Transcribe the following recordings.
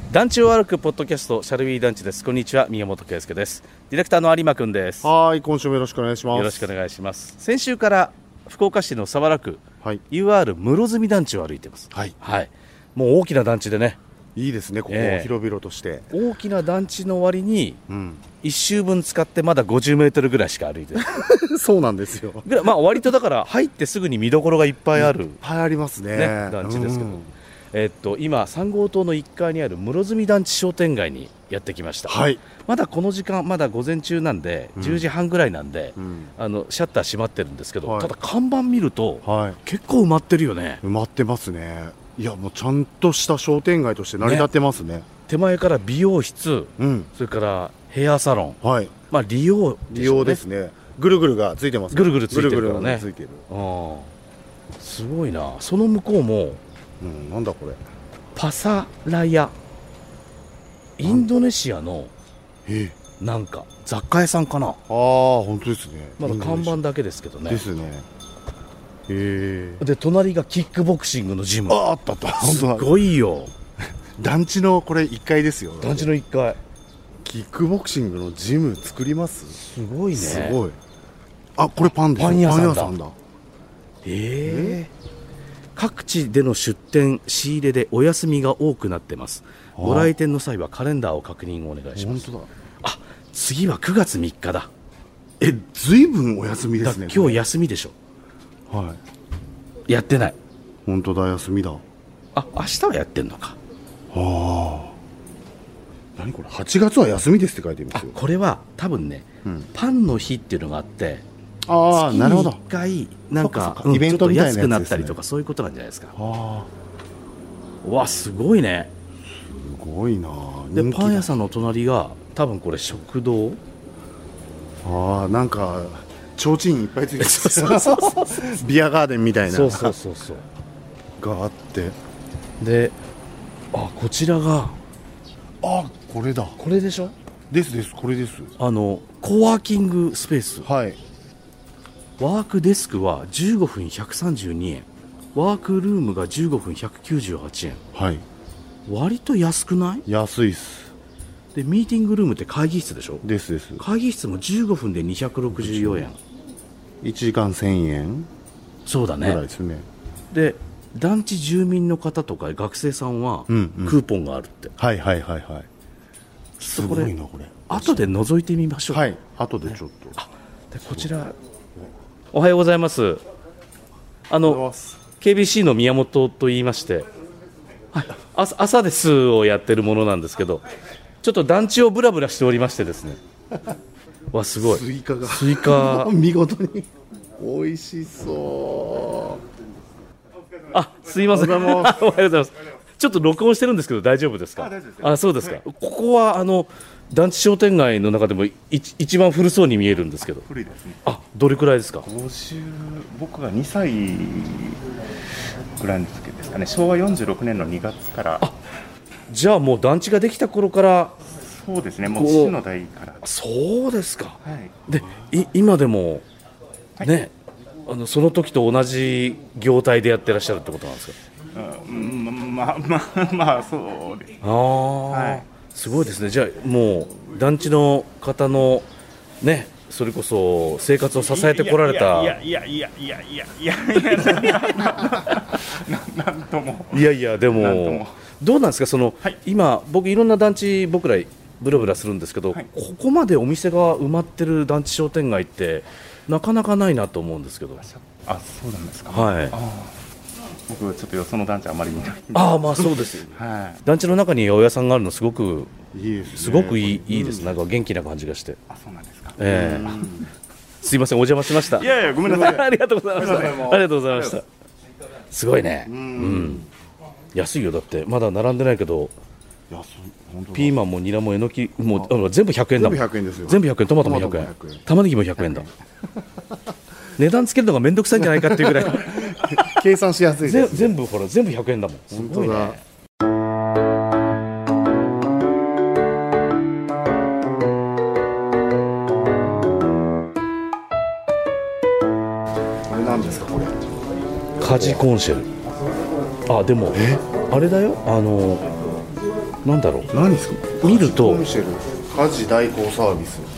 団地を歩くポッドキャストシャルウィー団地です。こんにちは、宮本圭介です。ディレクターの有馬くんです。 はい、今週もよろしくお願いします。 よろしくお願いします。先週から福岡市の早良区、 はい、 UR 室積団地を歩いています。 はい、 はい、もう大きな団地でね、 いいですね、ここ、広々として大きな団地の割に、1周分使ってまだ50メートルぐらいしか歩いてるそうなんですよ。 まあ割とだから入ってすぐに見どころがいっぱいある、 いっぱいあります ね団地ですけど、今3号棟の1階にある室積団地商店街にやってきました。 はい、 まだこの時間まだ午前中なんで、10時半ぐらいなんで、シャッター閉まってるんですけど、ただ看板見ると、結構埋まってるよね。 埋まってますね。いや、もうちゃんとした商店街として成り立ってますね。 手前から美容室、それからヘアサロン、まあ利用ですね。ぐるぐるがついてます。 ぐるぐるついてるからね。すごいな。その向こうも、 なんだこれ、 パサラヤ、インドネシアのなんか雑貨屋さんかな。 本当ですね。 まだ看板だけですけどね。 ですね。 で隣がキックボクシングのジム。 あったすごいよ。 団地のこれ1階ですよ。 団地の1階、 キックボクシングのジム作ります。 すごいね。 すごい。これパンですよ。 パン屋さんだ。各地での出店仕入れでお休みが多くなってます。ご来店の際はカレンダーを確認をお願いします。 本当だ。 次は9月3日だ。 ずいぶんお休みですね。 今日休みでしょ。やってない。 本当だ、休みだ。 明日はやってんのか。 何これ、8月は休みですって書いてますよ。 これは多分ね、パンの日っていうのがあって、 なるほど。 月に1回なんかイベントみたいなやつですね。 ちょっと安くなったりとか、そういうことなんじゃないですか。わ、すごいね。 すごいな。 でパン屋さんの隣が多分これ食堂。 なんか提灯いっぱいついてるビアガーデンみたいなそうがあって、 でこちらがこれだ。 これでしょ。 ですこれです。 コワーキングスペース。ワークデスクは15分132円、ワークルームが15分198円。割と安くない？ 安いっす。 でミーティングルームって会議室でしょ。 です会議室も15分で264円、 1時間1000円。 そうだね。 ぐらいですね。 で団地住民の方とか学生さんはクーポンがあるって。すごいなこれ。後で覗いてみましょう。 後でちょっと。 でこちら、おはようございます。KBC の宮本と言いまして、朝ですをやってるものなんですけど、ちょっと団地をブラブラしておりましてですねわ、すごい。 スイカがスイカ見事に美味しそう。 すいませんおはようございます。ちょっと録音してるんですけど大丈夫ですか？ 大丈夫ですよ。 そうですか。ここは団地商店街の中でも一番古そうに見えるんですけど。 古いですね。 どれくらいですか？ 僕が2歳ぐらいの時ですかね。昭和46年の2月から。 じゃあもう団地ができた頃から。 そうですね、もう父の代から。 そうですか。で今でもね、その時と同じ業態でやってらっしゃるってことなんですか？ まあそうです。 すごいですね。じゃあもう団地の方のね、それこそ生活を支えてこられた。 なんとも。 でもどうなんですか。今僕いろんな団地僕らブラブラするんですけど、ここまでお店が埋まってる団地商店街ってなかなかないなと思うんですけど。 そうなんですか。僕ちょっとよその団地あまり見ない。 まあそうですよね。団地の中に八百屋さんがあるのすごくいいです。なんか元気な感じがして。 そうなんですか。 すいません、お邪魔しました。 いやごめんなさい。 ありがとうございました。ありがとうございました。すごいね。安いよ。だってまだ並んでないけど、ピーマンもニラもえのきも全部100円だもん。 全部100円ですよ。 全部100円。トマトも100円、玉ねぎも100円だ値段つけるのがめんどくさいんじゃないかっていうぐらい計算しやすいです。 全部100円だもん。すごいね。 これなんですかこれ。 カジコンシェル。でもあれだよ、 なんだろう、 何ですか。 見るとコンシェル家事代行サービス。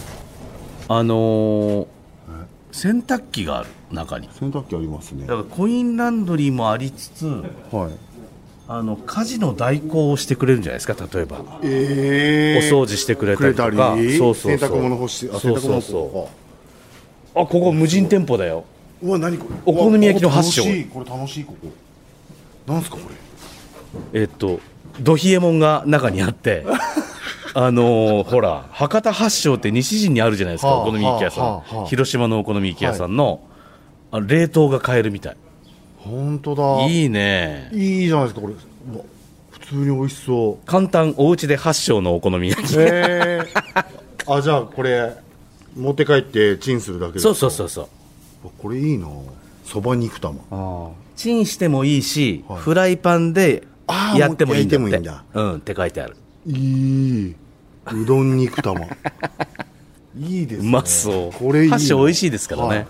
洗濯機がある中に。 洗濯機ありますね。 だからコインランドリーもありつつ、 はい。 家事の代行をしてくれるんじゃないですか。例えば、お掃除してくれたりとか、そうそうそう、 洗濯物干して、 そうそうそう。ここ無人店舗だよ。 うわ、何これ。 お好み焼きの発祥。 これ楽しい。ここなんすかこれ。ド冷えもんが中にあってほら博多発祥って西陣にあるじゃないですか、お好み焼き屋さん、広島のお好み焼き屋さんの、冷凍が買えるみたい。 本当だ、 いいね。 いいじゃないですかこれ。普通に美味しそう。 簡単お家で発祥のお好み焼き。じゃあこれ持って帰ってチンするだけですか。 そうこれいいな。そば肉玉チンしてもいいし、フライパンでやってもいいんだって。って書いてある。 いい。うどん肉玉いいですね。 うまそう。 これいい。 発祥美味しいですからね。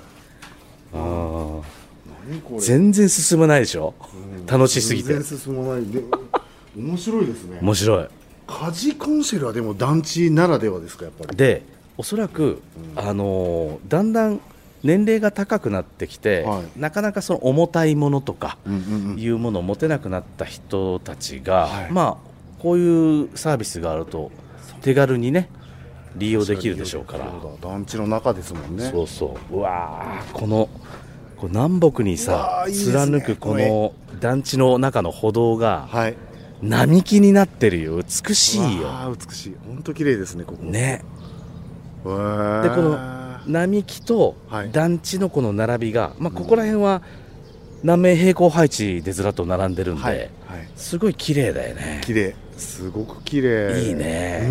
全然進まないでしょ。楽しすぎて全然進まない。で面白いですね。 面白い。 家事コンシェルはでも団地ならではですか、やっぱり。 でおそらく、だんだん年齢が高くなってきて、なかなかその重たいものとかいうものを持てなくなった人たちが、こういうサービスがあると手軽にね利用できるでしょうから。 団地の中ですもんね。 うわー、この南北にさ貫くこの団地の中の歩道が並木になってるよ。美しいよ。 美しい。本当綺麗ですねここね。でこの並木と団地のこの並びが、ここら辺は南面平行配置でずらっと並んでるんで、すごい綺麗だよね。 綺麗、すごく綺麗。 いいね。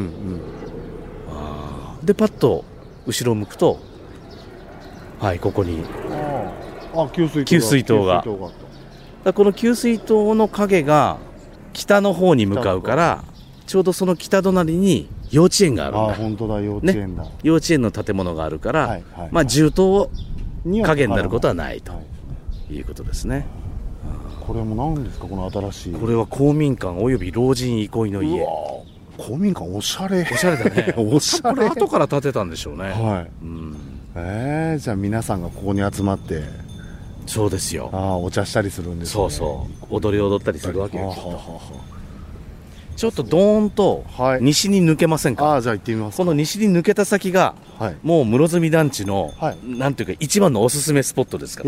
でパッと後ろを向くと、ここに給水塔が。この給水塔の影が北の方に向かうから、ちょうどその北隣に幼稚園があるんだ。 本当だ、幼稚園だ。 幼稚園の建物があるから、銃刀影になることはないということですね。 これも何ですか、この新しい。 これは公民館および老人憩いの家。 公民館おしゃれ。 おしゃれだね。 おしゃれ。 これ後から建てたんでしょうね。 じゃあ皆さんがここに集まって。 そうですよ。 お茶したりするんですね。 踊り踊ったりするわけよ。ちょっとドーンと西に抜けませんか。 じゃあ行ってみます。 この西に抜けた先が、もう室積団地の、なんていうか一番のおすすめスポットですから。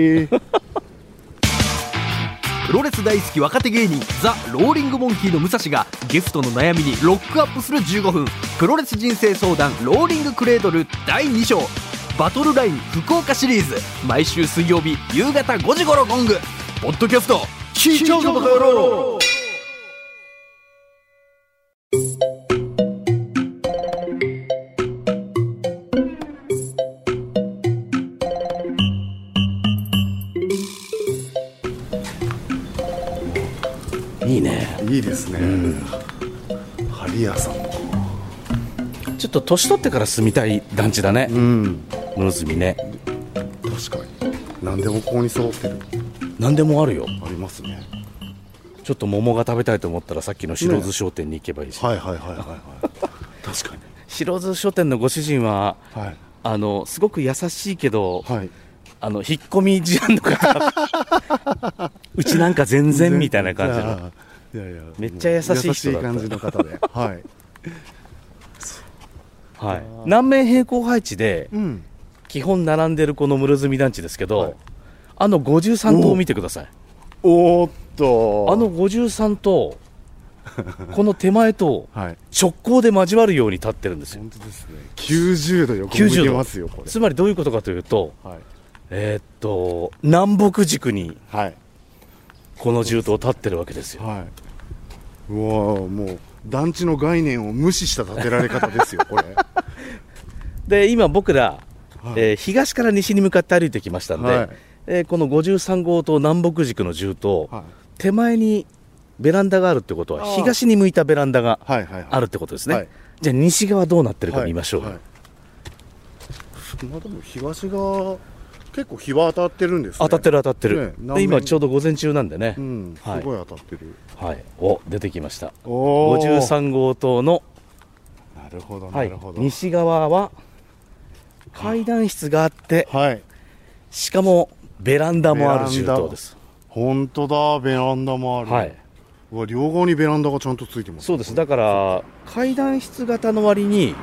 プロレス大好き若手芸人ザ・ローリングモンキーの武蔵がゲストの悩みにロックアップする15分プロレス人生相談ローリングクレードル第2章バトルライン福岡シリーズ、毎週水曜日夕方5時頃ゴング。ポッドキャスト聞いちゃうぞバカ野郎。 いいね。 いいですね。ハリ屋さん。 ちょっと年取ってから住みたい団地だね。室積ね。 確かに。何でもここに揃ってる。 何でもあるよ。 ありますね。 ちょっと桃が食べたいと思ったらさっきの白津商店に行けばいいし。 確かに。 白津書店のご主人は、すごく優しいけど、引っ込み思案の方うちなんか全然みたいな感じのめっちゃ優しい人だった。 優しい感じの方で南面平行配置で、基本並んでるこの室積団地ですけど、53棟を見てください。 おっと、 53棟この手前と直行で交わるように立ってるんですよ。 本当ですね。90度横向けますよこれ。 つまりどういうことかというと、南北軸にこの銃刀立ってるわけですよ。 うわ、もう団地の概念を無視した建てられ方ですよこれで今僕ら、東から西に向かって歩いてきましたんで、この53号棟南北軸の銃刀、手前にベランダがあるってことは東に向いたベランダがあるってことですね。じゃあ西側どうなってるか見ましょう。 でも東側結構日は当たってるんですね。 当たってる当たってる、 ね、 で今ちょうど午前中なんでね、 すごい当たってる。 はい、お出てきました。53号棟の、 なるほどなるほど、西側は階段室があって、しかもベランダもある銃棟です。 本当だ、ベランダもある。はい、うわ、両側にベランダがちゃんとついてます。 そうです。だから階段室型の割に、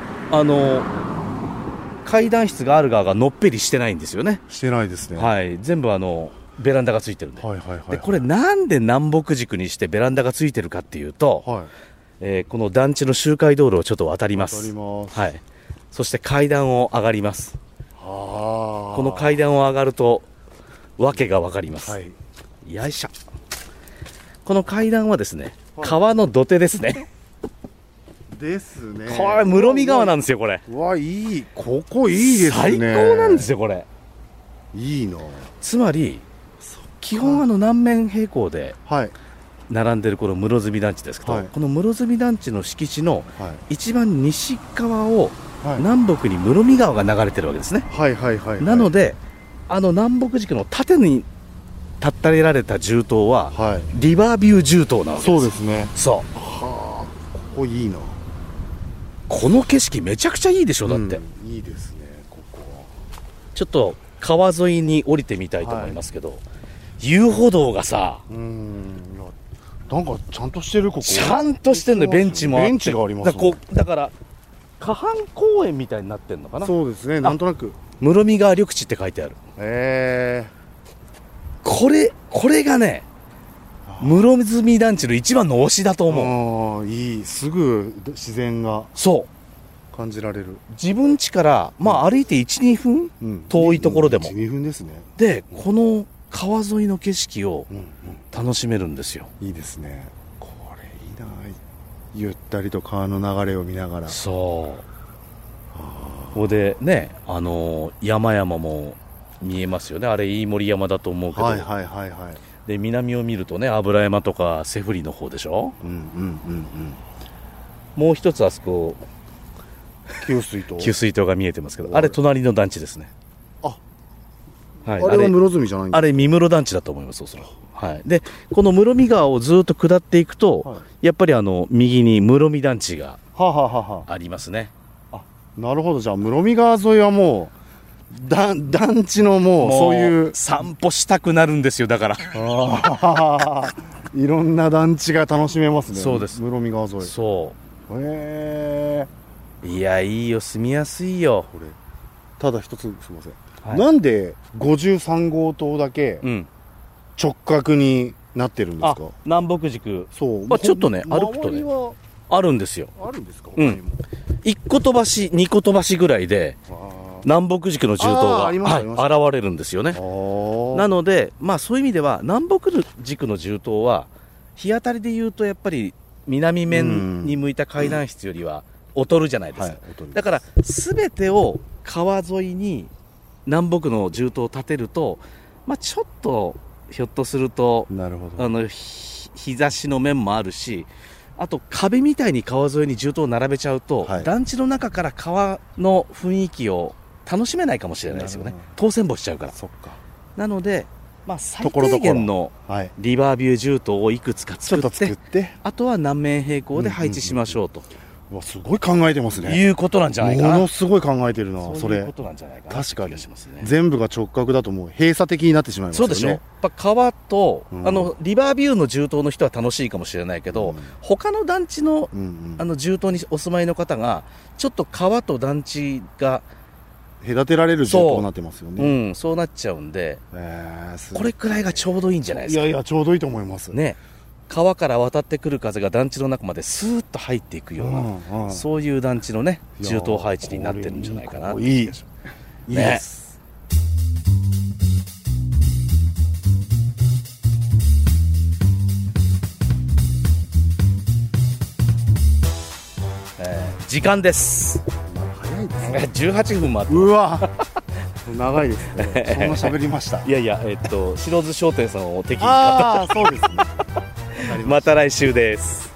階段室がある側がのっぺりしてないんですよね。 してないですね。 はい、全部ベランダがついてるんで。でこれなんで南北軸にしてベランダがついてるかっていうと、この団地の周回道路をちょっと渡ります。はい、そして階段を上がります。この階段を上がると訳が分かります。よいしょ。この階段はですね、川の土手ですね。 ですね。 これ室見川なんですよ。これうわ、いい、ここいいですね。 最高なんですよこれ。 いいな。 つまり基本南面平行で並んでるこの室積団地ですけど、この室積団地の敷地の一番西側を南北に室見川が流れてるわけですね。なので南北軸の縦に立たれられた銃刀は、リバービュー銃刀なわけです。 そうですね。 そう。 はあ、ここいいな。 この景色めちゃくちゃいいでしょ。だって、 いいですね。ここはちょっと川沿いに降りてみたいと思いますけど、遊歩道がさ、 なんかちゃんとしてる。ここちゃんとしてるんで、ベンチもあって、 ベンチがありますね。 だから河畔公園みたいになってるのかな。 そうですね。なんとなく室見川緑地って書いてある。これがね、室積団地の一番の推しだと思う。 いい、すぐ自然が感じられる。 自分家から歩いて 1,2 分、遠いところでも 1,2 分ですね。 でこの川沿いの景色を楽しめるんですよ。 いいですね。これいいな。ゆったりと川の流れを見ながら。 そう。ここでね、山々も見えますよね。あれ飯盛山だと思うけど、で南を見るとね、油山とかセフリの方でしょ。もう一つあそこ給水塔が見えてますけど、あれ隣の団地ですね。 あれは室積じゃないんですか。 あれ三室団地だと思います。そうする。でこの室見川をずっと下っていくと、やっぱり右に室見団地がありますね。 なるほど。じゃあ室見川沿いはもう団地のもうそういう散歩したくなるんですよ。だからいろんな団地が楽しめますね。 そうです。 室見川沿い。 そう。いや、いいよ、住みやすいよ。 これただ一つすみません、なんで53号棟だけ直角になってるんですか。 南北軸。そう、ちょっとね、歩くとねあるんですよ。 あるんですか。 1個飛ばし2個飛ばしぐらいで南北軸の銃刀が現れるんですよね。なので、そういう意味では南北軸の銃刀は日当たりでいうとやっぱり南面に向いた階段室よりは劣るじゃないですか。だから全てを川沿いに南北の銃刀を立てると、ちょっとひょっとすると日差しの面もあるし、あと壁みたいに川沿いに銃刀を並べちゃうと、団地の中から川の雰囲気を楽しめないかもしれないですよね。当選簿しちゃうから。なので、最低限のリバービュー銃刀をいくつか作って、あとは南面平行で配置しましょうと。 すごい考えてますね。 いうことなんじゃないかな。 ものすごい考えてるな。 そういうことなんじゃないかな。 確かに全部が直角だともう閉鎖的になってしまいますよね。 そうでしょ。川とリバービューの銃刀の人は楽しいかもしれないけど、他の団地の銃刀にお住まいの方がちょっと川と団地が隔てられる銃刀になってますよね。 そうなっちゃうんで、これくらいがちょうどいいんじゃないですか。 いやちょうどいいと思いますね。川から渡ってくる風が団地の中までスーッと入っていくような、そういう団地のね銃刀配置になってるんじゃないかな。 いいです。 時間です。 早いですね。 18分もあって。 うわ長いですね。そんな喋りました。 いや白津商店さんを敵にそうですね。 また来週です。